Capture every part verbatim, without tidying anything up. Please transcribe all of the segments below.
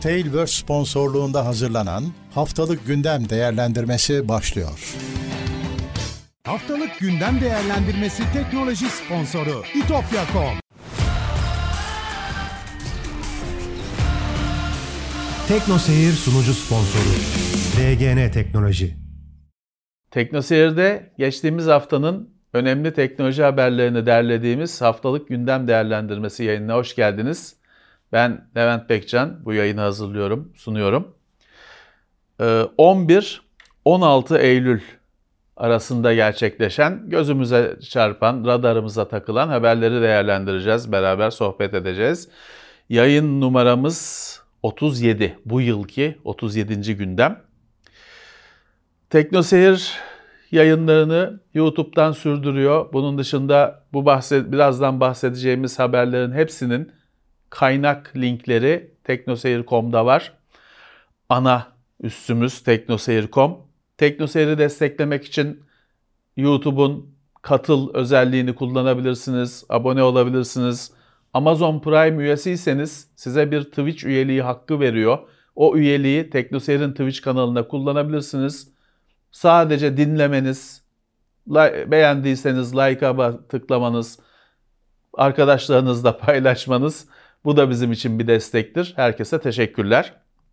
Tailverse sponsorluğunda hazırlanan Haftalık Gündem Değerlendirmesi başlıyor. Haftalık Gündem Değerlendirmesi teknoloji sponsoru itopya nokta com. TeknoSeyir sunucu sponsoru D G N Teknoloji. TeknoSeyir'de geçtiğimiz haftanın önemli teknoloji haberlerini derlediğimiz Haftalık Gündem Değerlendirmesi yayınına hoş geldiniz. Ben Levent Bekcan, bu yayını hazırlıyorum, sunuyorum. on bir on altı Eylül arasında gerçekleşen, gözümüze çarpan, radarımıza takılan haberleri değerlendireceğiz, beraber sohbet edeceğiz. Yayın numaramız otuz yedi, bu yılki otuz yedinci gündem. TeknoSeyir yayınlarını YouTube'dan sürdürüyor. Bunun dışında bu bahset, birazdan bahsedeceğimiz haberlerin hepsinin kaynak linkleri teknoseyir nokta com'da var. Ana üssümüz teknoseyir nokta com. TeknoSeyir'i desteklemek için YouTube'un katıl özelliğini kullanabilirsiniz, abone olabilirsiniz. Amazon Prime üyesiyseniz size bir Twitch üyeliği hakkı veriyor. O üyeliği TeknoSeyir'in Twitch kanalında kullanabilirsiniz. Sadece dinlemeniz, beğendiyseniz like'a tıklamanız, arkadaşlarınızla paylaşmanız, bu da bizim için bir destektir. Herkese teşekkürler.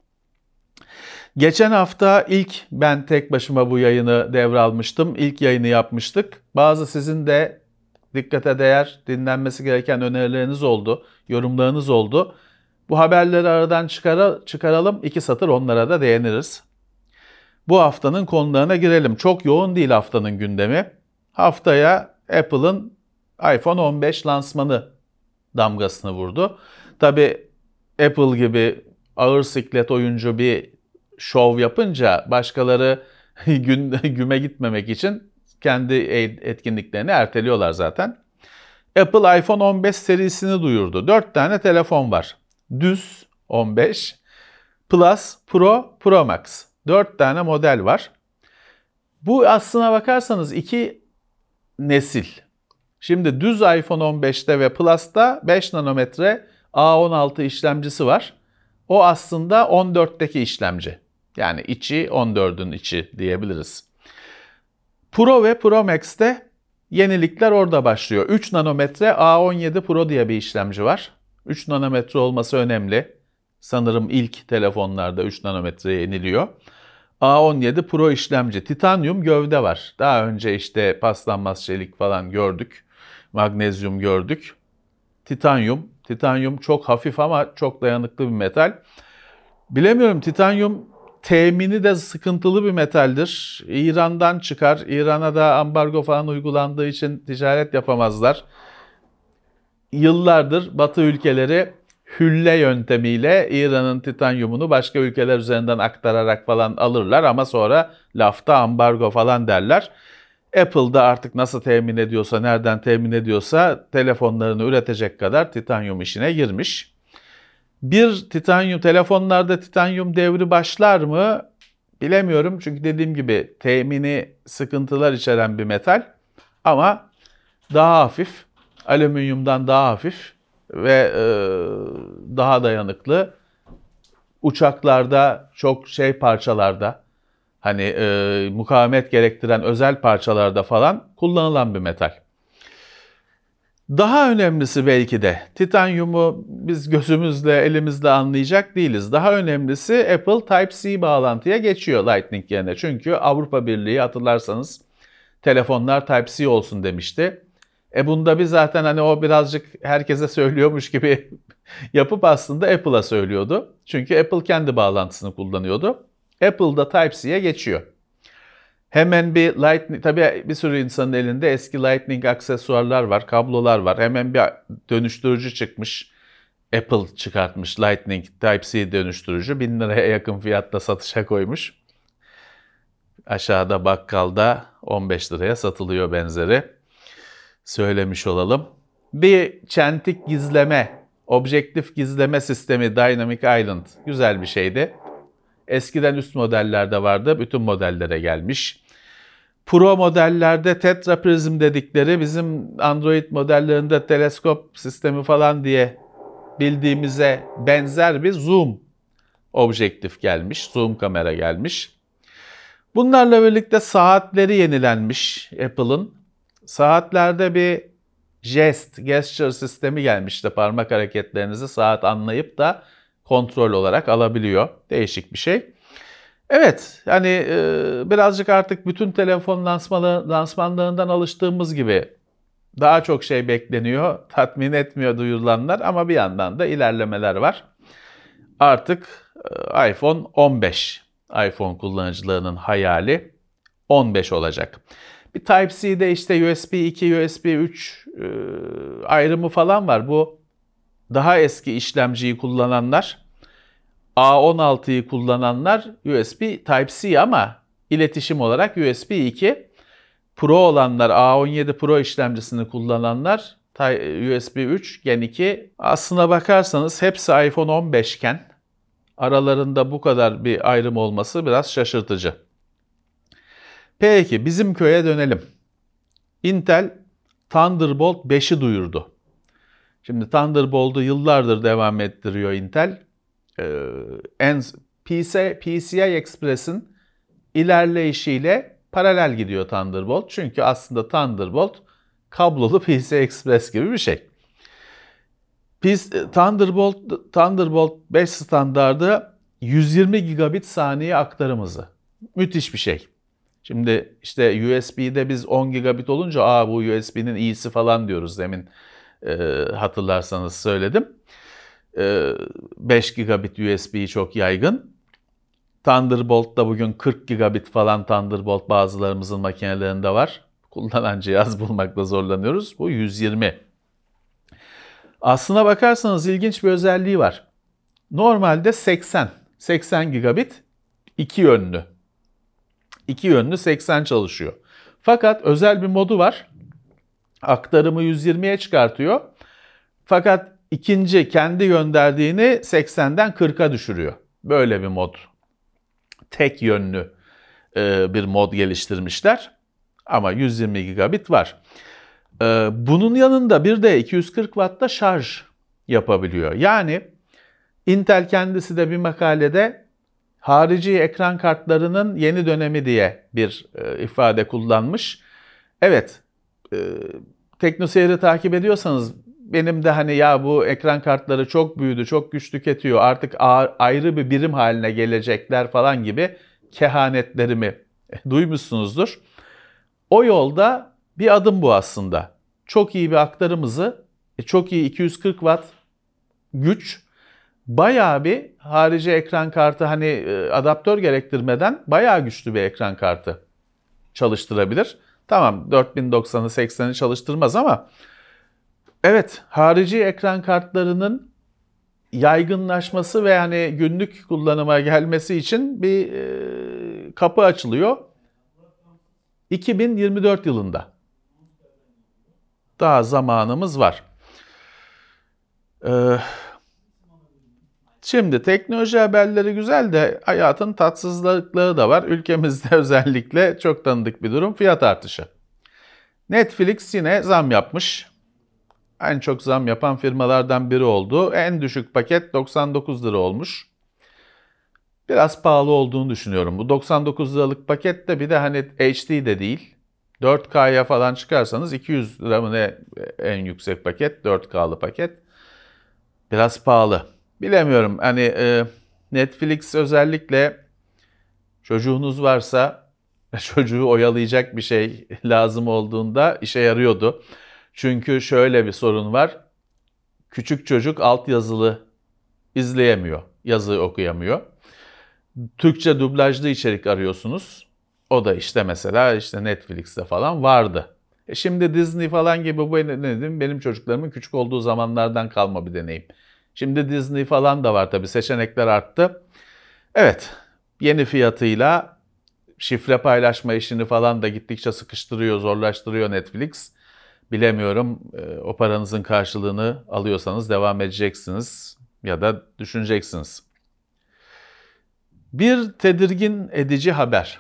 Geçen hafta ilk ben tek başıma bu yayını devralmıştım. İlk yayını yapmıştık. Bazı sizin de dikkate değer, dinlenmesi gereken önerileriniz oldu, yorumlarınız oldu. Bu haberleri aradan çıkara, çıkaralım, iki satır onlara da değiniriz. Bu haftanın konularına girelim. Çok yoğun değil haftanın gündemi. Haftaya Apple'ın iPhone on beş lansmanı damgasını vurdu. Tabii Apple gibi ağır siklet oyuncu bir şov yapınca başkaları gün, güme gitmemek için kendi etkinliklerini erteliyorlar zaten. Apple iPhone on beş serisini duyurdu. dört tane telefon var. Düz on beş, Plus, Pro, Pro Max. dört tane model var. Bu aslına bakarsanız iki nesil. Şimdi düz iPhone on beşte ve Plus'ta beş nanometre A on altı işlemcisi var. O aslında on dörtteki işlemci. Yani içi on dördün içi diyebiliriz. Pro ve Pro Max'te yenilikler orada başlıyor. üç nanometre A on yedi Pro diye bir işlemci var. üç nanometre olması önemli. Sanırım ilk telefonlarda üç nanometreye iniliyor. A on yedi Pro işlemci. Titanyum gövde var. Daha önce işte paslanmaz çelik falan gördük. Magnezyum gördük. Titanyum. Titanyum çok hafif ama çok dayanıklı bir metal. Bilemiyorum, titanyum temini de sıkıntılı bir metaldir. İran'dan çıkar. İran'a da ambargo falan uygulandığı için ticaret yapamazlar. Yıllardır Batı ülkeleri hülle yöntemiyle İran'ın titanyumunu başka ülkeler üzerinden aktararak falan alırlar ama sonra lafta ambargo falan derler. Apple da artık nasıl temin ediyorsa, nereden temin ediyorsa telefonlarını üretecek kadar titanyum işine girmiş. Bir titanyum, telefonlarda titanyum devri başlar mı bilemiyorum. Çünkü dediğim gibi temini sıkıntılar içeren bir metal ama daha hafif, alüminyumdan daha hafif ve e, daha dayanıklı. Uçaklarda çok şey parçalarda, hani e, mukavemet gerektiren özel parçalarda falan kullanılan bir metal. Daha önemlisi belki de titanyumu biz gözümüzle, elimizle anlayacak değiliz. Daha önemlisi Apple Type-C bağlantıya geçiyor Lightning yerine. Çünkü Avrupa Birliği, hatırlarsanız, telefonlar Type-C olsun demişti. E bunda bir zaten hani o birazcık herkese söylüyormuş gibi yapıp aslında Apple'a söylüyordu. Çünkü Apple kendi bağlantısını kullanıyordu. Apple'da Type-C'ye geçiyor. Hemen bir Lightning, tabii bir sürü insanın elinde eski Lightning aksesuarlar var, kablolar var. Hemen bir dönüştürücü çıkmış. Apple çıkartmış Lightning Type-C dönüştürücü. bin liraya yakın fiyatla satışa koymuş. Aşağıda bakkalda on beş liraya satılıyor benzeri. Söylemiş olalım. Bir çentik gizleme, objektif gizleme sistemi Dynamic Island güzel bir şeydi. Eskiden üst modellerde vardı, bütün modellere gelmiş. Pro modellerde Tetra Prism dedikleri, bizim Android modellerinde teleskop sistemi falan diye bildiğimize benzer bir zoom objektif gelmiş, zoom kamera gelmiş. Bunlarla birlikte saatleri yenilenmiş Apple'ın. Saatlerde bir jest, gesture sistemi gelmişti. Parmak hareketlerinizi saat anlayıp da kontrol olarak alabiliyor. Değişik bir şey. Evet, hani e, birazcık artık bütün telefon lansmanı, lansmanlarından alıştığımız gibi daha çok şey bekleniyor. Tatmin etmiyor duyurulanlar ama bir yandan da ilerlemeler var. Artık e, iPhone on beş, iPhone kullanıcılarının hayali on beş olacak. Bir Type-C'de işte U S B iki, U S B üç e, ayrımı falan var. Bu daha eski işlemciyi kullananlar, A on altıyı kullananlar U S B Type-C ama iletişim olarak U S B iki. Pro olanlar, A on yedi Pro işlemcisini kullananlar U S B üç, Gen iki. Aslına bakarsanız hepsi iPhone on beş iken aralarında bu kadar bir ayrım olması biraz şaşırtıcı. Peki bizim köye dönelim. Intel Thunderbolt beşi duyurdu. Şimdi Thunderbolt'u yıllardır devam ettiriyor Intel. Ee, P C I Express'in ilerleyişiyle paralel gidiyor Thunderbolt. Çünkü aslında Thunderbolt kablolu P C I Express gibi bir şey. Thunderbolt, Thunderbolt beş standardı yüz yirmi gigabit saniye aktarım hızı. Müthiş bir şey. Şimdi işte U S B'de biz on gigabit olunca aa bu U S B'nin iyisi falan diyoruz, demin e, hatırlarsanız söyledim. E, beş gigabit U S B çok yaygın. Thunderbolt'ta bugün kırk gigabit falan Thunderbolt bazılarımızın makinelerinde var. Kullanan cihaz bulmakta zorlanıyoruz. Bu yüz yirmi. Aslına bakarsanız ilginç bir özelliği var. Normalde seksen, seksen gigabit iki yönlü. İki yönlü seksen çalışıyor. Fakat özel bir modu var. Aktarımı yüz yirmiye çıkartıyor. Fakat ikinci kendi gönderdiğini seksenden kırka düşürüyor. Böyle bir mod. Tek yönlü bir mod geliştirmişler. Ama yüz yirmi gigabit var. Bunun yanında bir de iki yüz kırk wattta şarj yapabiliyor. Yani Intel kendisi de bir makalede harici ekran kartlarının yeni dönemi diye bir e, ifade kullanmış. Evet, e, TeknoSeyir'i takip ediyorsanız benim de hani ya bu ekran kartları çok büyüdü, çok güç tüketiyor, artık ayrı bir birim haline gelecekler falan gibi kehanetlerimi duymuşsunuzdur. O yolda bir adım bu aslında. Çok iyi bir aktarım hızı, çok iyi iki yüz kırk watt güç, bayağı bir harici ekran kartı hani adaptör gerektirmeden bayağı güçlü bir ekran kartı çalıştırabilir. Tamam, dört bin doksanı sekseni çalıştırmaz ama evet, harici ekran kartlarının yaygınlaşması ve yani günlük kullanıma gelmesi için bir e, kapı açılıyor. iki bin yirmi dört yılında. Daha zamanımız var. Ee, şimdi teknoloji haberleri güzel de hayatın tatsızlıkları da var. Ülkemizde özellikle çok tanıdık bir durum, fiyat artışı. Netflix yine zam yapmış. En çok zam yapan firmalardan biri oldu. En düşük paket doksan dokuz lira olmuş. Biraz pahalı olduğunu düşünüyorum. Bu doksan dokuz liralık paket de bir de hani H D de değil. dört K'ya falan çıkarsanız iki yüz lira mı ne en yüksek paket, dört K'lı paket. Biraz pahalı. Bilemiyorum hani e, Netflix özellikle çocuğunuz varsa çocuğu oyalayacak bir şey lazım olduğunda işe yarıyordu. Çünkü şöyle bir sorun var. Küçük çocuk altyazılı izleyemiyor, yazı okuyamıyor. Türkçe dublajlı içerik arıyorsunuz. O da işte mesela işte Netflix'te falan vardı. E şimdi Disney falan gibi bu benim, benim çocuklarımın küçük olduğu zamanlardan kalma bir deneyim. Şimdi Disney falan da var tabii, seçenekler arttı. Evet, yeni fiyatıyla şifre paylaşma işini falan da gittikçe sıkıştırıyor, zorlaştırıyor Netflix. Bilemiyorum, o paranızın karşılığını alıyorsanız devam edeceksiniz ya da düşüneceksiniz. Bir tedirgin edici haber.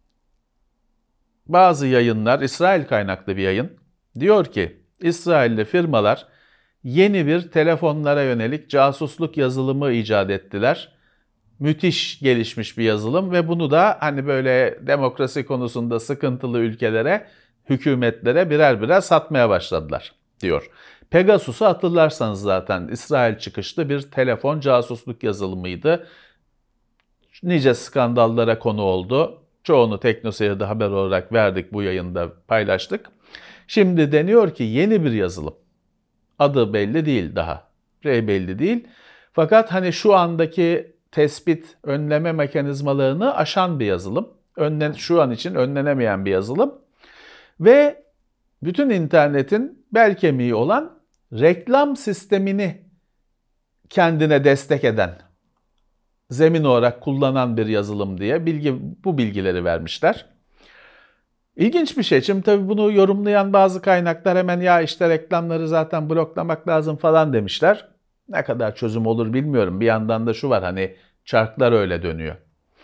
Bazı yayınlar, İsrail kaynaklı bir yayın, diyor ki İsrailli firmalar yeni bir telefonlara yönelik casusluk yazılımı icat ettiler. müthiş gelişmiş bir yazılım ve bunu da hani böyle demokrasi konusunda sıkıntılı ülkelere, hükümetlere birer birer satmaya başladılar diyor. Pegasus'u hatırlarsanız zaten İsrail çıkışlı bir telefon casusluk yazılımıydı. Nice skandallara konu oldu. Çoğunu TeknoSeyir'de haber olarak verdik, bu yayında paylaştık. Şimdi deniyor ki yeni bir yazılım. Adı belli değil daha. Şey belli değil. Fakat hani şu andaki tespit, önleme mekanizmalarını aşan bir yazılım. Önlen, şu an için önlenemeyen bir yazılım. Ve bütün internetin bel kemiği olan reklam sistemini kendine destek eden, zemin olarak kullanan bir yazılım diye bilgi, bu bilgileri vermişler. İlginç bir şey. Şimdi tabii bunu yorumlayan bazı kaynaklar hemen ya işte reklamları zaten bloklamak lazım falan demişler. Ne kadar çözüm olur bilmiyorum. Bir yandan da şu var, hani çarklar öyle dönüyor.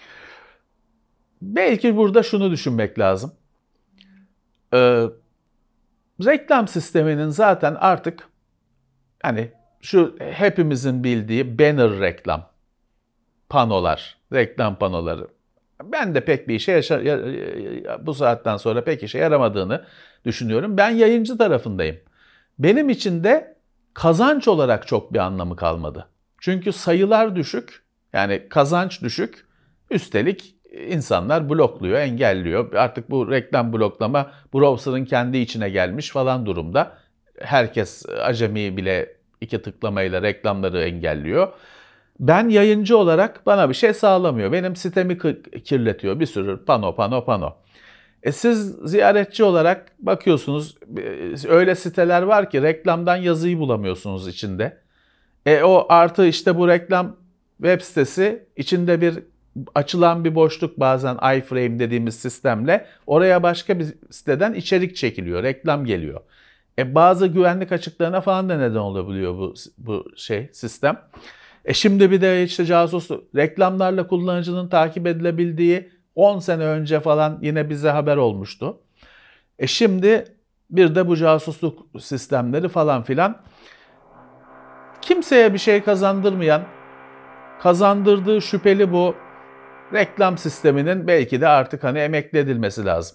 Belki burada şunu düşünmek lazım. Ee, reklam sisteminin zaten artık hani şu hepimizin bildiği banner reklam, panolar, reklam panoları. Ben de pek bir işe yaşa, bu saatten sonra pek işe yaramadığını düşünüyorum. Ben yayıncı tarafındayım. Benim için de kazanç olarak çok bir anlamı kalmadı. Çünkü sayılar düşük, yani kazanç düşük. Üstelik insanlar blokluyor, engelliyor. Artık bu reklam bloklama browser'ın kendi içine gelmiş falan durumda. Herkes, acemi bile iki tıklamayla reklamları engelliyor. Ben yayıncı olarak bana bir şey sağlamıyor. Benim sitemi kirletiyor bir sürü pano pano pano. E siz ziyaretçi olarak bakıyorsunuz, öyle siteler var ki reklamdan yazıyı bulamıyorsunuz içinde. E o artı işte bu reklam web sitesi içinde bir açılan bir boşluk, bazen iframe dediğimiz sistemle oraya başka bir siteden içerik çekiliyor, reklam geliyor. E bazı güvenlik açıklarına falan da neden olabiliyor bu bu şey sistem. E şimdi bir de işte casus reklamlarla kullanıcının takip edilebildiği on sene önce falan yine bize haber olmuştu. E şimdi bir de bu casusluk sistemleri falan filan, kimseye bir şey kazandırmayan, kazandırdığı şüpheli bu reklam sisteminin belki de artık hani emekli edilmesi lazım.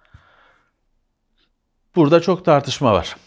Burada çok tartışma var.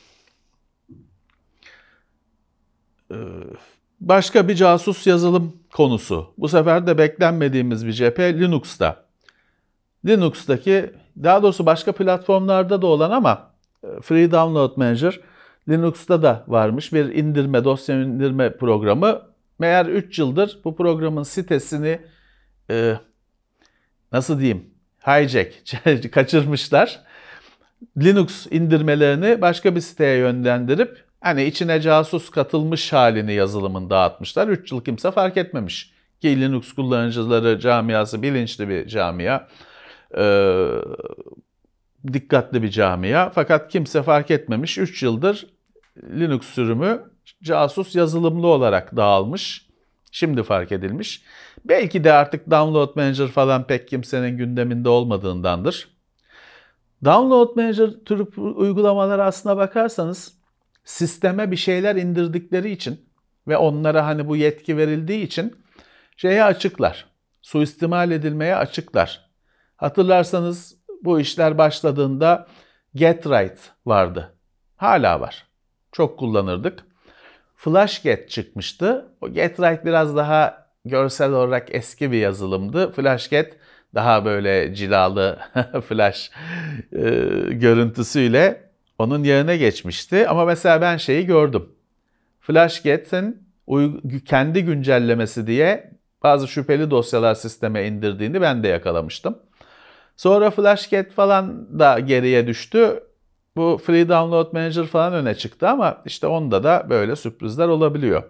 Ee, Başka bir casus yazılım konusu. Bu sefer de beklenmediğimiz bir cephe Linux'ta. Linux'taki, daha doğrusu başka platformlarda da olan ama Free Download Manager Linux'ta da varmış bir indirme, dosya indirme programı. Meğer üç yıldır bu programın sitesini e, nasıl diyeyim, hijack, kaçırmışlar. Linux indirmelerini başka bir siteye yönlendirip hani içine casus katılmış halini yazılımın dağıtmışlar. üç yıl kimse fark etmemiş. Ki Linux kullanıcıları camiası bilinçli bir camia. Ee, dikkatli bir camia. Fakat kimse fark etmemiş. üç yıldır Linux sürümü casus yazılımlı olarak dağılmış. Şimdi fark edilmiş. Belki de artık Download Manager falan pek kimsenin gündeminde olmadığındandır. Download Manager türü uygulamalara aslına bakarsanız sisteme bir şeyler indirdikleri için ve onlara hani bu yetki verildiği için şeye açıklar. Suistimal edilmeye açıklar. Hatırlarsanız bu işler başladığında GetRight vardı. Hala var. Çok kullanırdık. FlashGet çıkmıştı. O GetRight biraz daha görsel olarak eski bir yazılımdı. FlashGet daha böyle cilalı flash e, görüntüsüyle onun yerine geçmişti. Ama mesela ben şeyi gördüm. FlashGet'in kendi güncellemesi diye bazı şüpheli dosyalar sisteme indirdiğini ben de yakalamıştım. Sonra FlashGet falan da geriye düştü. Bu Free Download Manager falan öne çıktı ama işte onda da böyle sürprizler olabiliyor.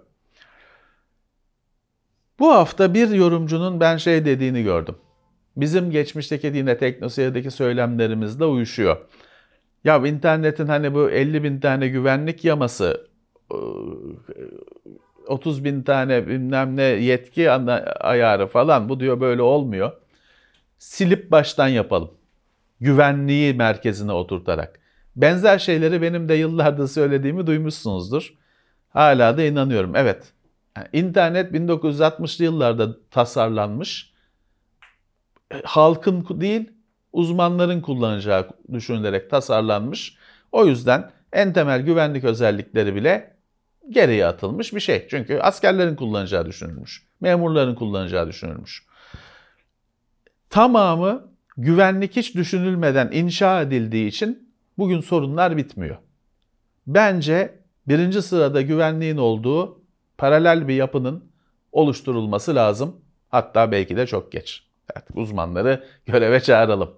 Bu hafta bir yorumcunun ben şey dediğini gördüm. Bizim geçmişteki yine TeknoSeyir'deki söylemlerimizle uyuşuyor. Ya internetin hani bu elli bin tane güvenlik yaması, otuz bin tane bilmem ne yetki ayarı falan, bu diyor böyle olmuyor. Silip baştan yapalım. Güvenliği merkezine oturtarak. Benzer şeyleri benim de yıllardır söylediğimi duymuşsunuzdur. Hala da inanıyorum. Evet. Yani İnternet bin dokuz yüz altmışlı yıllarda tasarlanmış. Halkın değil, uzmanların kullanacağı düşünülerek tasarlanmış. O yüzden en temel güvenlik özellikleri bile geriye atılmış bir şey. Çünkü askerlerin kullanacağı düşünülmüş. Memurların kullanacağı düşünülmüş. Tamamı güvenlik hiç düşünülmeden inşa edildiği için bugün sorunlar bitmiyor. Bence birinci sırada güvenliğin olduğu paralel bir yapının oluşturulması lazım. Hatta belki de çok geç. Artık uzmanları göreve çağıralım.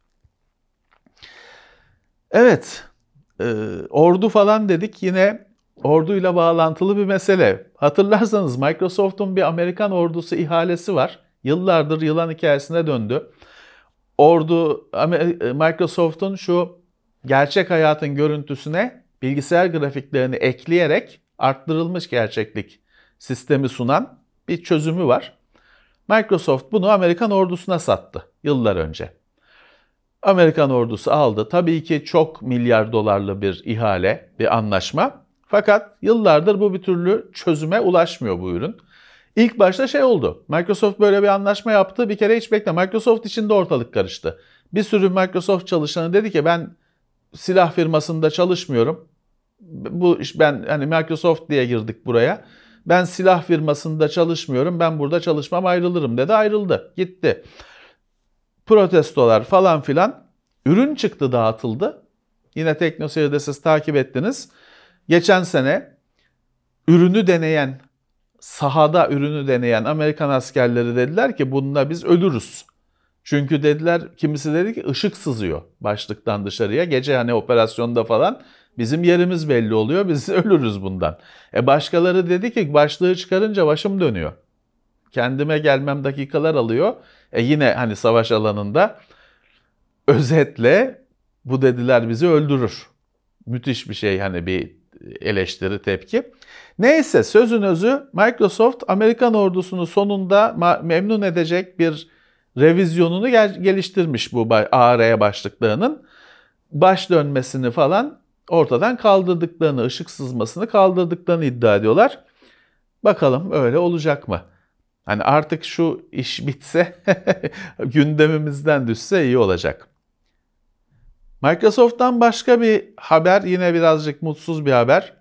Evet, e, ordu falan dedik, yine orduyla bağlantılı bir mesele. Hatırlarsanız Microsoft'un bir Amerikan ordusu ihalesi var. Yıllardır yılan hikayesine döndü. Ordu, Microsoft'un şu gerçek hayatın görüntüsüne bilgisayar grafiklerini ekleyerek arttırılmış gerçeklik sistemi sunan bir çözümü var. Microsoft bunu Amerikan ordusuna sattı yıllar önce. Amerikan ordusu aldı. Tabii ki çok milyar dolarlı bir ihale, bir anlaşma. Fakat yıllardır bu bir türlü çözüme ulaşmıyor bu ürün. İlk başta şey oldu. Microsoft böyle bir anlaşma yaptı. Bir kere hiç bekle. Microsoft içinde ortalık karıştı. Bir sürü Microsoft çalışanı dedi ki ben silah firmasında çalışmıyorum. Bu iş ben hani Microsoft diye girdik buraya. Ben silah firmasında çalışmıyorum. Ben burada çalışmam, ayrılırım dedi. Ayrıldı. Gitti. Protestolar falan filan. Ürün çıktı, dağıtıldı. Yine TeknoSeyir'de siz takip ettiniz. Geçen sene ürünü deneyen, sahada ürünü deneyen Amerikan askerleri dediler ki bununla biz ölürüz. Çünkü dediler, kimisi dedi ki ışık sızıyor başlıktan dışarıya. Gece hani operasyonda falan bizim yerimiz belli oluyor, biz ölürüz bundan. E başkaları dedi ki başlığı çıkarınca başım dönüyor. Kendime gelmem dakikalar alıyor. E yine hani savaş alanında özetle bu dediler bizi öldürür. Müthiş bir şey, hani bir eleştiri, tepki. Neyse, sözün özü Microsoft Amerikan ordusunu sonunda memnun edecek bir revizyonunu gel- geliştirmiş bu A R başlıklarının. Baş dönmesini falan ortadan kaldırdıklarını, ışık sızmasını kaldırdıklarını iddia ediyorlar. Bakalım öyle olacak mı? Hani artık şu iş bitse, gündemimizden düşse iyi olacak. Microsoft'tan başka bir haber, yine birazcık mutsuz bir haber.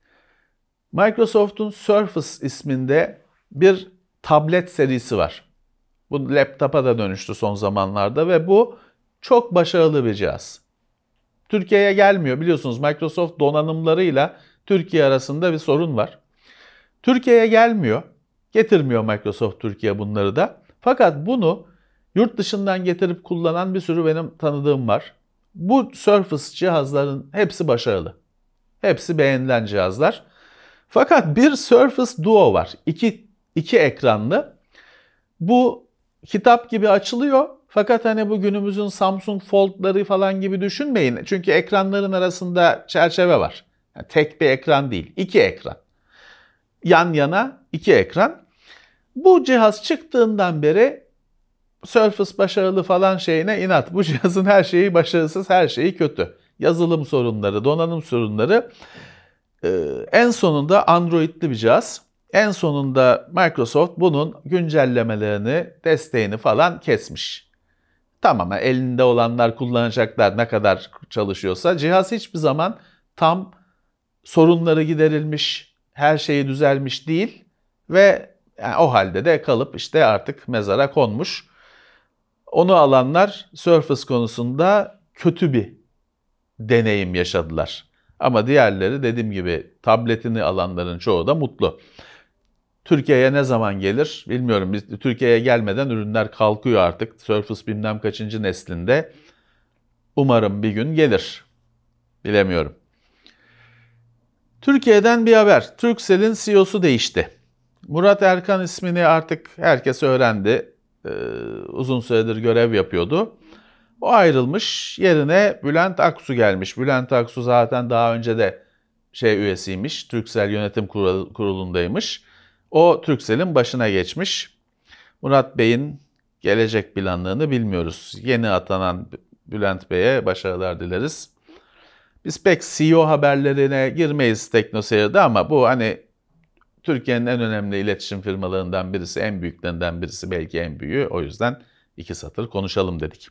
Microsoft'un Surface isminde bir tablet serisi var. Bu laptopa da dönüştü son zamanlarda ve bu çok başarılı bir cihaz. Türkiye'ye gelmiyor. Biliyorsunuz Microsoft donanımlarıyla Türkiye arasında bir sorun var. Türkiye'ye gelmiyor. Getirmiyor Microsoft Türkiye bunları da. Fakat bunu yurt dışından getirip kullanan bir sürü benim tanıdığım var. Bu Surface cihazların hepsi başarılı. Hepsi beğenilen cihazlar. Fakat bir Surface Duo var. İki, iki ekranlı. Bu kitap gibi açılıyor. Fakat hani bu günümüzün Samsung Fold'ları falan gibi düşünmeyin. Çünkü ekranların arasında çerçeve var. Yani tek bir ekran değil, iki ekran. Yan yana iki ekran. Bu cihaz çıktığından beri Surface başarılı falan şeyine inat. Bu cihazın her şeyi başarısız, her şeyi kötü. Yazılım sorunları, donanım sorunları. Ee, en sonunda Android'li bir cihaz. En sonunda Microsoft bunun güncellemelerini, desteğini falan kesmiş. Tamamen elinde olanlar kullanacaklar, ne kadar çalışıyorsa. Cihaz hiçbir zaman tam sorunları giderilmiş, her şeyi düzelmiş değil ve yani o halde de kalıp işte artık mezara konmuş. Onu alanlar Surface konusunda kötü bir deneyim yaşadılar. Ama diğerleri, dediğim gibi, tabletini alanların çoğu da mutlu. Türkiye'ye ne zaman gelir bilmiyorum. Biz Türkiye'ye gelmeden ürünler kalkıyor artık. Surface bilmem kaçıncı neslinde. Umarım bir gün gelir. Bilemiyorum. Türkiye'den bir haber. Turkcell'in C E O'su değişti. Murat Erkan ismini artık herkes öğrendi. Ee, uzun süredir görev yapıyordu. O ayrılmış. Yerine Bülent Aksu gelmiş. Bülent Aksu zaten daha önce de şey üyesiymiş. Turkcell Yönetim Kurulu'ndaymış. O Turkcell'in başına geçmiş. Murat Bey'in gelecek planlarını bilmiyoruz. Yeni atanan Bülent Bey'e başarılar dileriz. Biz pek C E O haberlerine girmeyiz TeknoSeyir'de ama bu hani Türkiye'nin en önemli iletişim firmalarından birisi, en büyüklerinden birisi, belki en büyüğü. O yüzden iki satır konuşalım dedik.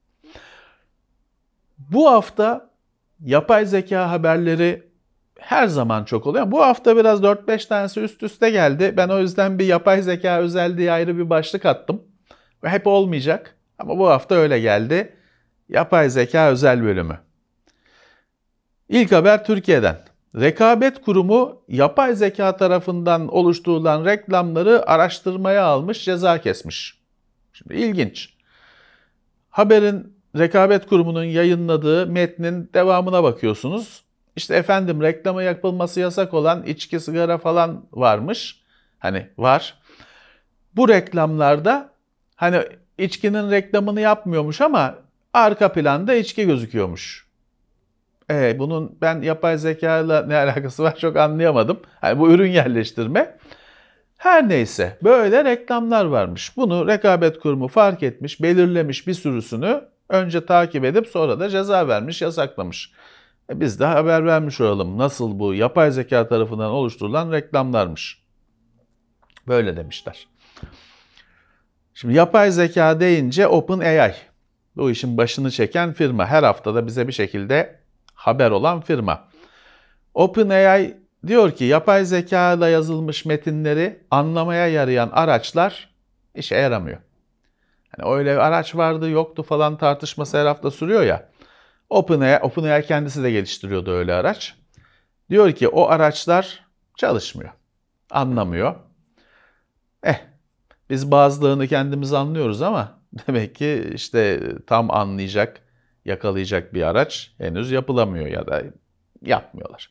Bu hafta yapay zeka haberleri her zaman çok oluyor. Bu hafta biraz dört beş tanesi üst üste geldi. Ben o yüzden bir yapay zeka özelliği ayrı bir başlık attım. Ve hep olmayacak ama bu hafta öyle geldi. Yapay zeka özel bölümü. İlk haber Türkiye'den. Rekabet Kurumu yapay zeka tarafından oluşturulan reklamları araştırmaya almış, ceza kesmiş. Şimdi ilginç. Haberin Rekabet Kurumu'nun yayınladığı metnin devamına bakıyorsunuz. İşte efendim reklamı yapılması yasak olan içki, sigara falan varmış. Hani var. Bu reklamlarda hani içkinin reklamını yapmıyormuş ama arka planda içki gözüküyormuş. E, bunun ben yapay zeka ile ne alakası var çok anlayamadım. Hani bu ürün yerleştirme. Her neyse böyle reklamlar varmış. Bunu Rekabet Kurumu fark etmiş, belirlemiş bir sürüsünü önce takip edip sonra da ceza vermiş, yasaklamış. E biz de haber vermiş olalım. Nasıl bu yapay zeka tarafından oluşturulan reklamlarmış. Böyle demişler. Şimdi yapay zeka deyince OpenAI. Bu işin başını çeken firma. Her haftada bize bir şekilde haber olan firma. OpenAI diyor ki yapay zeka ile yazılmış metinleri anlamaya yarayan araçlar işe yaramıyor. Yani öyle bir araç vardı yoktu falan tartışması her hafta sürüyor ya. OpenAI, OpenAI kendisi de geliştiriyordu öyle araç. Diyor ki o araçlar çalışmıyor. Anlamıyor. Eh biz bazılarını kendimiz anlıyoruz ama demek ki işte tam anlayacak, yakalayacak bir araç henüz yapılamıyor ya da yapmıyorlar.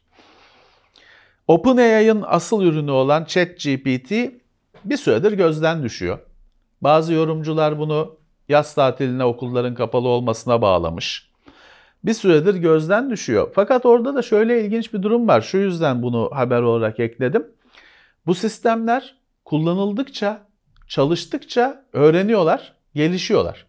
OpenAI'ın asıl ürünü olan ChatGPT bir süredir gözden düşüyor. Bazı yorumcular bunu yaz tatiline okulların kapalı olmasına bağlamış. Bir süredir gözden düşüyor. Fakat orada da şöyle ilginç bir durum var. Şu yüzden bunu haber olarak ekledim. Bu sistemler kullanıldıkça, çalıştıkça öğreniyorlar, gelişiyorlar.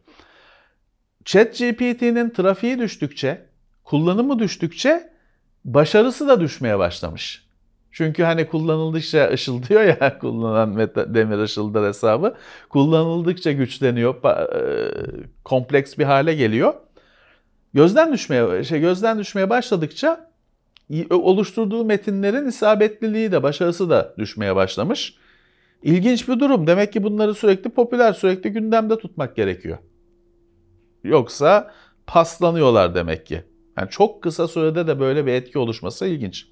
ChatGPT'nin trafiği düştükçe, kullanımı düştükçe başarısı da düşmeye başlamış. Çünkü hani kullanıldıkça ışıldıyor ya kullanan Demir Işıldar hesabı. Kullanıldıkça güçleniyor, kompleks bir hale geliyor. Gözden düşmeye şey gözden düşmeye başladıkça oluşturduğu metinlerin isabetliliği de başarısı da düşmeye başlamış. İlginç bir durum. Demek ki bunları sürekli popüler, sürekli gündemde tutmak gerekiyor. Yoksa paslanıyorlar demek ki. Yani çok kısa sürede de böyle bir etki oluşması ilginç.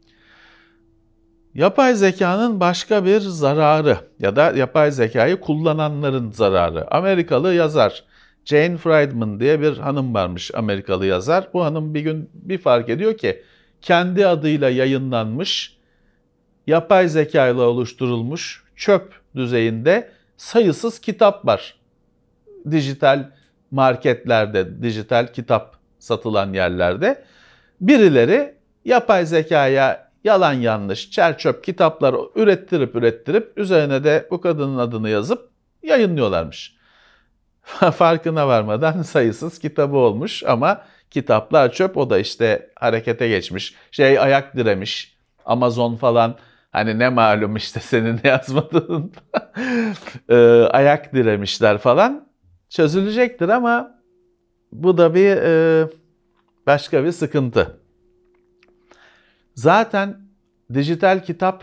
Yapay zekanın başka bir zararı ya da yapay zekayı kullananların zararı. Amerikalı yazar Jane Friedman diye bir hanım varmış, Amerikalı yazar. Bu hanım bir gün bir fark ediyor ki kendi adıyla yayınlanmış, yapay zeka ile oluşturulmuş çöp düzeyinde sayısız kitap var. Dijital marketlerde, dijital kitap satılan yerlerde. Birileri yapay zekaya yalan yanlış, çer çöp kitaplar ürettirip ürettirip üzerine de bu kadının adını yazıp yayınlıyorlarmış. Farkına varmadan sayısız kitabı olmuş ama kitaplar çöp, o da işte harekete geçmiş. Şey ayak diremiş, Amazon falan hani ne malum işte senin yazmadığın e, ayak diremişler falan. Çözülecektir ama bu da bir e, başka bir sıkıntı. Zaten dijital kitap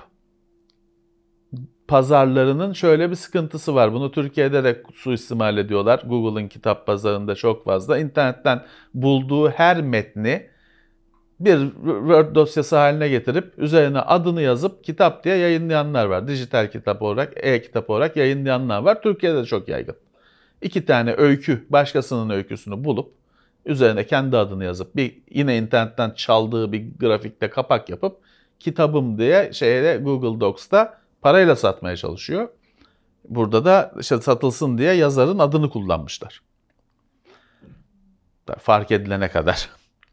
pazarlarının şöyle bir sıkıntısı var. Bunu Türkiye'de de suistimal ediyorlar. Google'ın kitap pazarında çok fazla. İnternetten bulduğu her metni bir Word dosyası haline getirip üzerine adını yazıp kitap diye yayınlayanlar var. Dijital kitap olarak, e-kitap olarak yayınlayanlar var. Türkiye'de de çok yaygın. İki tane öykü, başkasının öyküsünü bulup üzerine kendi adını yazıp bir yine internetten çaldığı bir grafikte kapak yapıp kitabım diye şeyde Google Docs'ta parayla satmaya çalışıyor. Burada da işte satılsın diye yazarın adını kullanmışlar. Fark edilene kadar.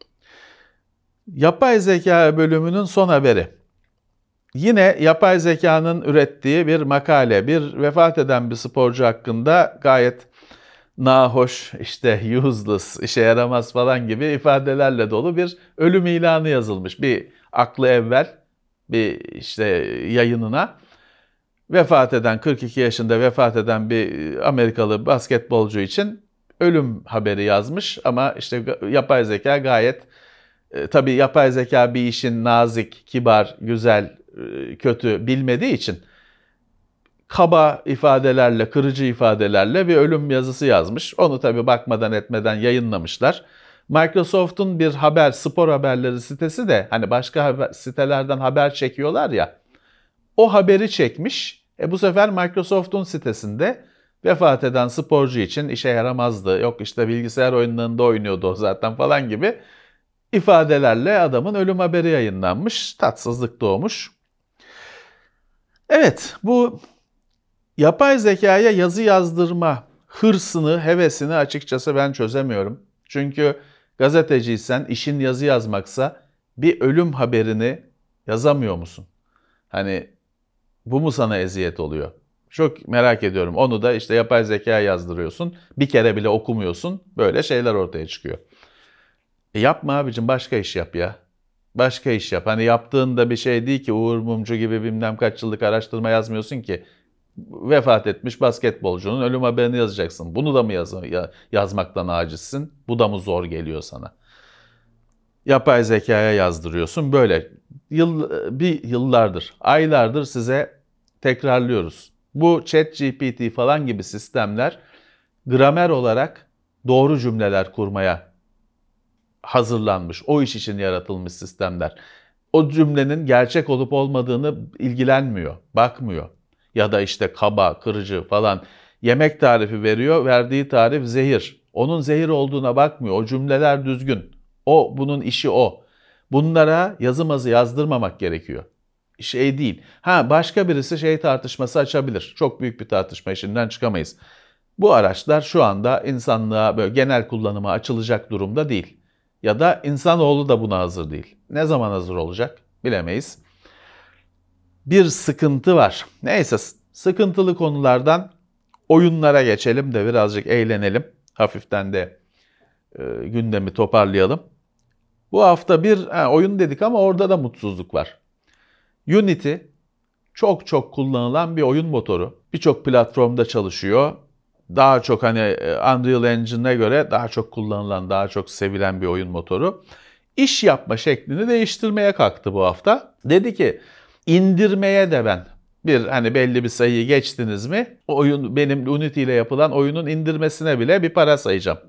Yapay zeka bölümünün son haberi. Yine yapay zekanın ürettiği bir makale, bir vefat eden bir sporcu hakkında gayet nahoş, işte useless, işe yaramaz falan gibi ifadelerle dolu bir ölüm ilanı yazılmış. Bir aklı evvel bir işte yayınına. Vefat eden, kırk iki yaşında vefat eden bir Amerikalı basketbolcu için ölüm haberi yazmış ama işte yapay zeka gayet e, tabii yapay zeka bir işin nazik, kibar, güzel, e, kötü bilmediği için kaba ifadelerle, kırıcı ifadelerle bir ölüm yazısı yazmış. Onu tabii bakmadan etmeden yayınlamışlar. Microsoft'un bir haber, spor haberleri sitesi de hani başka haber, sitelerden haber çekiyorlar ya, o haberi çekmiş. E bu sefer Microsoft'un sitesinde vefat eden sporcu için işe yaramazdı, yok işte bilgisayar oyunlarında oynuyordu o zaten falan gibi ifadelerle adamın ölüm haberi yayınlanmış. Tatsızlık doğmuş. Evet, bu yapay zekaya yazı yazdırma hırsını, hevesini açıkçası ben çözemiyorum. Çünkü gazeteciysen, işin yazı yazmaksa bir ölüm haberini yazamıyor musun? Hani bu mu sana eziyet oluyor? Çok merak ediyorum. Onu da işte yapay zekaya yazdırıyorsun. Bir kere bile okumuyorsun. Böyle şeyler ortaya çıkıyor. E yapma abicim, başka iş yap ya. Başka iş yap. Hani yaptığında bir şey değil ki, Uğur Mumcu gibi bilmem kaç yıllık araştırma yazmıyorsun ki. Vefat etmiş basketbolcunun ölüm haberini yazacaksın. Bunu da mı yaz yazmaktan acizsin? Bu da mı zor geliyor sana? Yapay zekaya yazdırıyorsun. Böyle yıl, bir yıllardır, aylardır size tekrarlıyoruz. Bu ChatGPT falan gibi sistemler gramer olarak doğru cümleler kurmaya hazırlanmış, o iş için yaratılmış sistemler. O cümlenin gerçek olup olmadığını ilgilenmiyor, bakmıyor. Ya da işte kaba, kırıcı falan yemek tarifi veriyor, verdiği tarif zehir. Onun zehir olduğuna bakmıyor, o cümleler düzgün. O, bunun işi o. Bunlara yazı mazı yazdırmamak gerekiyor. Şey değil. Ha, başka birisi şey tartışması açabilir. Çok büyük bir tartışma, işinden çıkamayız. Bu araçlar şu anda insanlığa böyle genel kullanıma açılacak durumda değil. Ya da insanoğlu da buna hazır değil. Ne zaman hazır olacak bilemeyiz. Bir sıkıntı var. Neyse, sıkıntılı konulardan oyunlara geçelim de birazcık eğlenelim. Hafiften de e, gündemi toparlayalım. Bu hafta bir ha, oyun dedik ama orada da mutsuzluk var. Unity çok çok kullanılan bir oyun motoru. Birçok platformda çalışıyor. Daha çok hani Unreal Engine'e göre daha çok kullanılan, daha çok sevilen bir oyun motoru. İş yapma şeklini değiştirmeye kalktı bu hafta. Dedi ki indirmeye de ben bir hani belli bir sayıyı geçtiniz mi oyun, benim Unity ile yapılan oyunun indirmesine bile bir para sayacağım.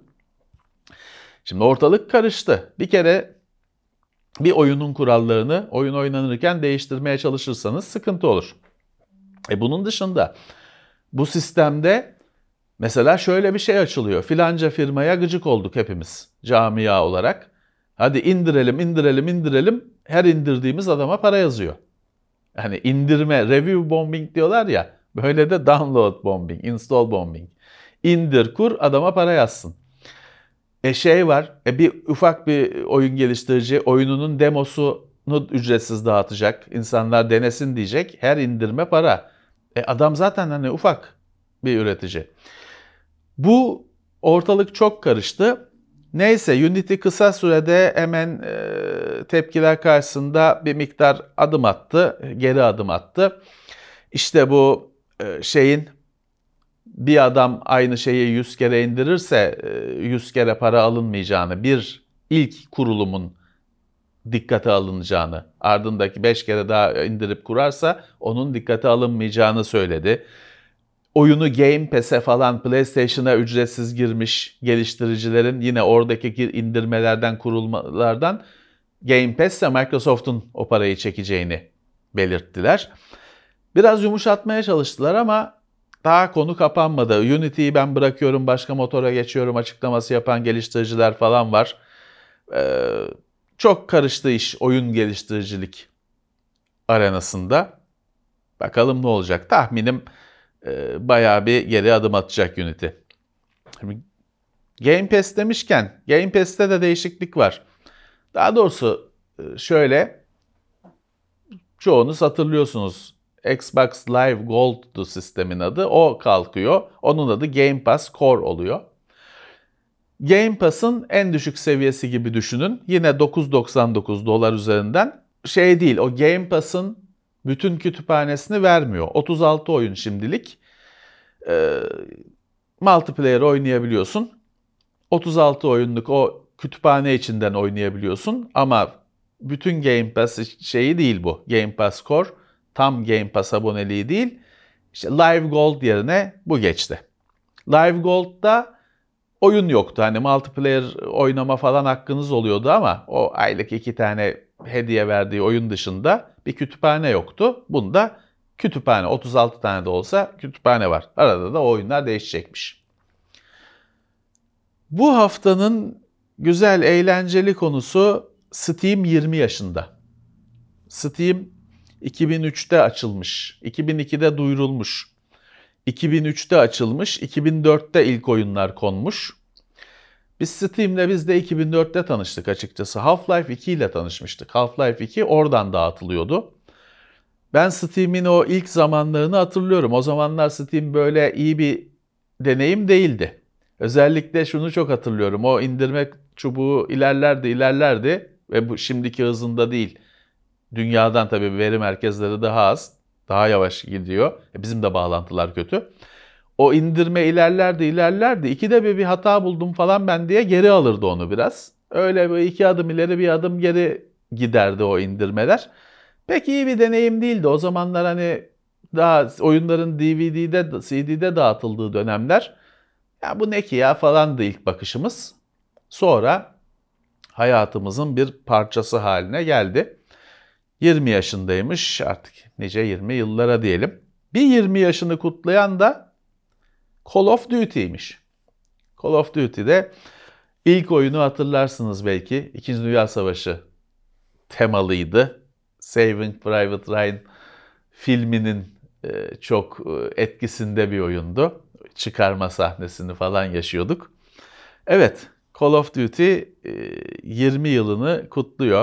Şimdi ortalık karıştı. Bir kere bir oyunun kurallarını oyun oynanırken değiştirmeye çalışırsanız sıkıntı olur. E bunun dışında bu sistemde mesela şöyle bir şey açılıyor. Filanca firmaya gıcık olduk hepimiz camia olarak. Hadi indirelim, indirelim, indirelim. Her indirdiğimiz adama para yazıyor. Hani indirme, review bombing diyorlar ya. Böyle de download bombing, install bombing. İndir, kur, adama para yazsın. E şey var, e bir ufak bir oyun geliştirici oyununun demosunu ücretsiz dağıtacak. İnsanlar denesin diyecek. Her indirme para. E adam zaten hani ufak bir üretici. Bu ortalık çok karıştı. Neyse Unity kısa sürede hemen e, tepkiler karşısında bir miktar adım attı, geri adım attı. İşte bu e, şeyin bir adam aynı şeyi yüz kere indirirse yüz kere para alınmayacağını, bir ilk kurulumun dikkate alınacağını, ardındaki beş kere daha indirip kurarsa onun dikkate alınmayacağını söyledi. Oyunu Game Pass'e falan PlayStation'a ücretsiz girmiş geliştiricilerin yine oradaki indirmelerden, kurulmalardan Game Pass'e Microsoft'un o parayı çekeceğini belirttiler. Biraz yumuşatmaya çalıştılar ama daha konu kapanmadı. Unity'yi ben bırakıyorum, başka motora geçiyorum açıklaması yapan geliştiriciler falan var. Ee, çok karıştı iş oyun geliştiricilik arenasında. Bakalım ne olacak. Tahminim e, bayağı bir geri adım atacak Unity. Game Pass demişken, Game Pass'te de değişiklik var. Daha doğrusu şöyle, çoğunuz hatırlıyorsunuz. Xbox Live Gold'du sistemin adı. O kalkıyor. Onun adı Game Pass Core oluyor. Game Pass'ın en düşük seviyesi gibi düşünün. Yine dokuz doksan dokuz dolar üzerinden şey değil, o Game Pass'ın bütün kütüphanesini vermiyor. otuz altı oyun şimdilik. Ee, multiplayer oynayabiliyorsun. otuz altı oyunluk o kütüphane içinden oynayabiliyorsun ama bütün Game Pass şeyi değil bu. Game Pass Core tam Game Pass aboneliği değil. İşte Live Gold yerine bu geçti. Live Gold'da oyun yoktu. Hani multiplayer oynama falan hakkınız oluyordu ama o aylık iki tane hediye verdiği oyun dışında bir kütüphane yoktu. Bunda kütüphane otuz altı tane de olsa kütüphane var. Arada da oyunlar değişecekmiş. Bu haftanın güzel, eğlenceli konusu Steam yirmi yaşında. Steam iki bin üçte açılmış, iki bin ikide duyurulmuş, iki bin üçte açılmış, iki bin dörtte ilk oyunlar konmuş. Biz Steam'le biz de iki bin dörtte tanıştık açıkçası. Half-Life iki ile tanışmıştık. Half-Life iki oradan dağıtılıyordu. Ben Steam'in o ilk zamanlarını hatırlıyorum. O zamanlar Steam böyle iyi bir deneyim değildi. Özellikle şunu çok hatırlıyorum. O indirme çubuğu ilerlerdi ilerlerdi ve bu şimdiki hızında değil. Dünyadan tabii veri merkezleri daha az, daha yavaş gidiyor. E bizim de bağlantılar kötü. O indirme ilerlerdi ilerlerdi. İkide bir bir hata buldum falan ben diye geri alırdı onu biraz. Öyle böyle iki adım ileri bir adım geri giderdi o indirmeler. Pek iyi bir deneyim değildi. O zamanlar hani daha oyunların D V D'de, C D'de dağıtıldığı dönemler. Ya bu ne ki ya falandı ilk bakışımız. Sonra hayatımızın bir parçası haline geldi. yirmi yaşındaymış artık nice yirmi yıllara diyelim. Bir yirmi yaşını kutlayan da Call of Duty'ymiş. Call of Duty'de ilk oyunu hatırlarsınız belki. İkinci Dünya Savaşı temalıydı. Saving Private Ryan filminin çok etkisinde bir oyundu. Çıkarma sahnesini falan yaşıyorduk. Evet, Call of Duty yirmi yılını kutluyor.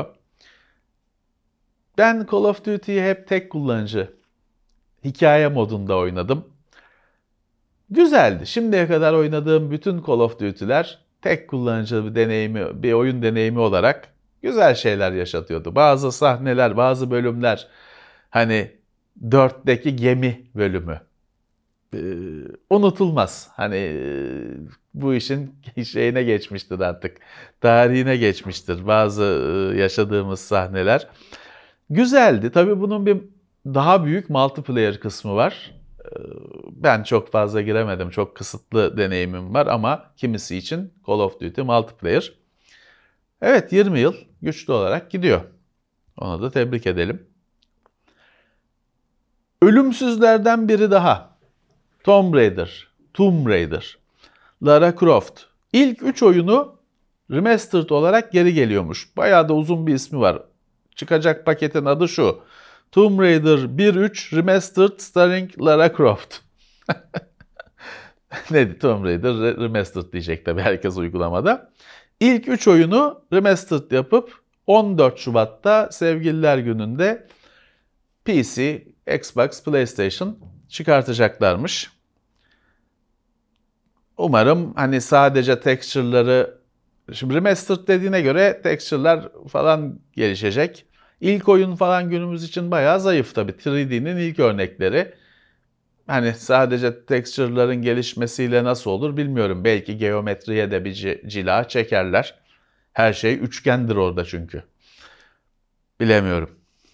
Ben Call of Duty'yi hep tek kullanıcı hikaye modunda oynadım. Güzeldi. Şimdiye kadar oynadığım bütün Call of Duty'ler tek kullanıcı bir deneyimi, bir oyun deneyimi olarak güzel şeyler yaşatıyordu. Bazı sahneler, bazı bölümler, hani dörtteki gemi bölümü e, unutulmaz. Hani e, bu işin şeyine geçmiştir artık. Tarihine geçmiştir bazı e, yaşadığımız sahneler. Güzeldi. Tabii bunun bir daha büyük multiplayer kısmı var. Ben çok fazla giremedim. Çok kısıtlı deneyimim var ama kimisi için Call of Duty multiplayer. Evet, yirmi yıl güçlü olarak gidiyor. Ona da tebrik edelim. Ölümsüzlerden biri daha. Tomb Raider, Tomb Raider, Lara Croft. İlk üç oyunu remastered olarak geri geliyormuş. Bayağı da uzun bir ismi var. Çıkacak paketin adı şu. Tomb Raider bir üç Remastered starring Lara Croft. Neydi? Tomb Raider Remastered diyecek tabii herkes uygulamada. İlk üç oyunu remastered yapıp on dört Şubat'ta Sevgililer Günü'nde P C, Xbox, PlayStation çıkartacaklarmış. Umarım hani sadece texture'ları, şimdi remastered dediğine göre texture'lar falan gelişecek. İlk oyun falan günümüz için bayağı zayıf tabii. üç D'nin ilk örnekleri. Hani sadece texture'ların gelişmesiyle nasıl olur bilmiyorum. Belki geometriye de bir cila çekerler. Her şey üçgendir orada çünkü. Bilemiyorum.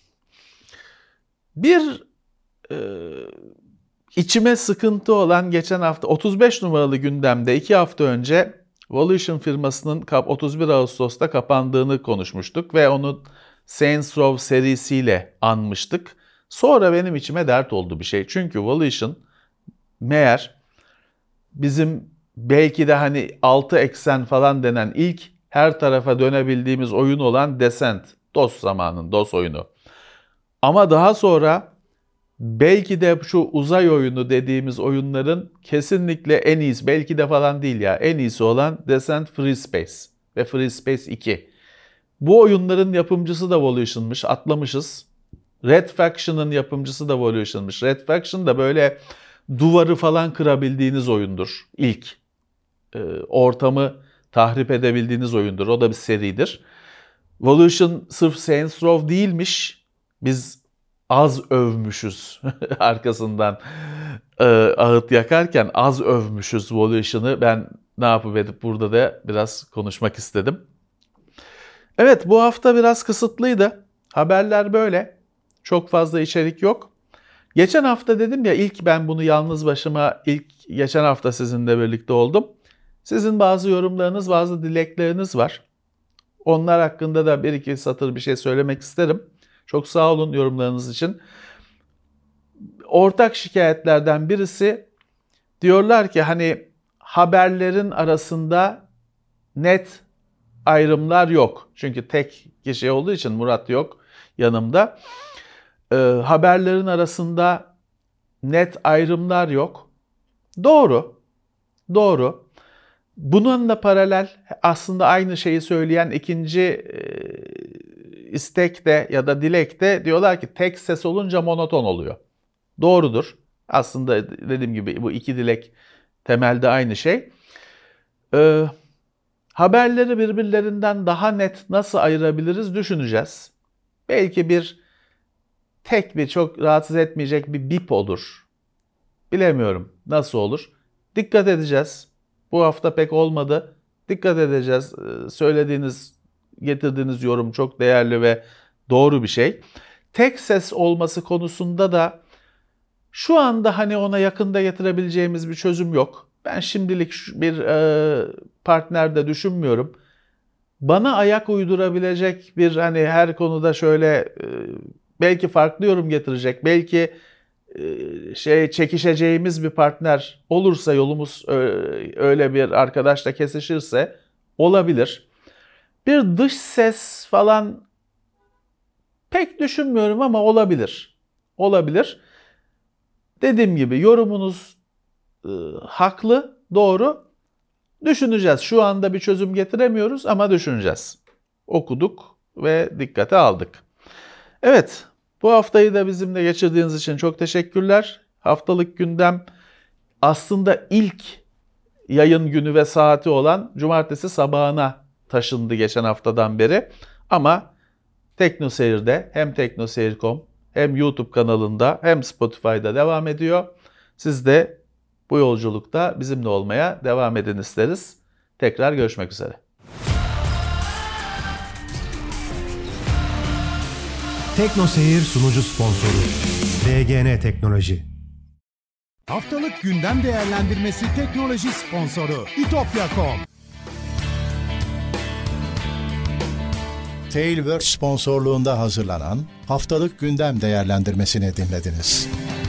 Bir e, içime sıkıntı olan geçen hafta otuz beş numaralı gündemde iki hafta önce Volition firmasının otuz bir Ağustos'ta kapandığını konuşmuştuk ve onu Saints Row serisiyle anmıştık. Sonra benim içime dert oldu bir şey. Çünkü Volition meğer bizim belki de hani altı eksen falan denen ilk her tarafa dönebildiğimiz oyun olan Descent. DOS zamanın DOS oyunu. Ama daha sonra belki de şu uzay oyunu dediğimiz oyunların kesinlikle en iyisi, belki de falan değil ya, en iyisi olan Descent Free Space ve Free Space iki. Bu oyunların yapımcısı da Volition'mış, atlamışız. Red Faction'ın yapımcısı da Volition'mış. Red Faction da böyle duvarı falan kırabildiğiniz oyundur ilk. E, ortamı tahrip edebildiğiniz oyundur. O da bir seridir. Volution sırf Saints Row değilmiş. Biz az övmüşüz arkasından e, ağıt yakarken az övmüşüz Volution'ı. Ben ne yapıp edip burada da biraz konuşmak istedim. Evet, bu hafta biraz kısıtlıydı. Haberler böyle. Çok fazla içerik yok. Geçen hafta dedim ya, ilk ben bunu yalnız başıma ilk geçen hafta sizinle birlikte oldum. Sizin bazı yorumlarınız, bazı dilekleriniz var. Onlar hakkında da bir iki satır bir şey söylemek isterim. Çok sağ olun yorumlarınız için. Ortak şikayetlerden birisi, diyorlar ki hani haberlerin arasında net ayrımlar yok. Çünkü tek kişi olduğu için Murat yok yanımda. Ee, haberlerin arasında net ayrımlar yok. Doğru. Doğru. Bununla paralel aslında aynı şeyi söyleyen ikinci e, istek de ya da dilek de diyorlar ki tek ses olunca monoton oluyor. Doğrudur. Aslında dediğim gibi bu iki dilek temelde aynı şey. Ee, haberleri birbirlerinden daha net nasıl ayırabiliriz düşüneceğiz. Belki bir tek bir çok rahatsız etmeyecek bir bip olur. Bilemiyorum nasıl olur. Dikkat edeceğiz. Bu hafta pek olmadı. Dikkat edeceğiz. Söylediğiniz, getirdiğiniz yorum çok değerli ve doğru bir şey. Tek ses olması konusunda da şu anda hani ona yakında getirebileceğimiz bir çözüm yok. Ben şimdilik bir e, partner de düşünmüyorum. Bana ayak uydurabilecek bir hani her konuda şöyle e, belki farklı yorum getirecek, belki e, şey çekişeceğimiz bir partner olursa, yolumuz e, öyle bir arkadaşla kesişirse olabilir. Bir dış ses falan pek düşünmüyorum ama olabilir. Olabilir. Dediğim gibi yorumunuz e, haklı, doğru. Düşüneceğiz. Şu anda bir çözüm getiremiyoruz ama düşüneceğiz. Okuduk ve dikkate aldık. Evet, bu haftayı da bizimle geçirdiğiniz için çok teşekkürler. Haftalık gündem aslında ilk yayın günü ve saati olan cumartesi sabahına taşındı geçen haftadan beri. Ama TeknoSeyir'de hem teknoseyir nokta com hem YouTube kanalında hem Spotify'da devam ediyor. Siz de bu yolculukta bizimle olmaya devam edin isteriz. Tekrar görüşmek üzere. TeknoSeyir sunucu sponsoru D G N Teknoloji. Haftalık gündem değerlendirmesi teknoloji sponsoru itopya nokta com. Tailwords sponsorluğunda hazırlanan haftalık gündem değerlendirmesini dinlediniz.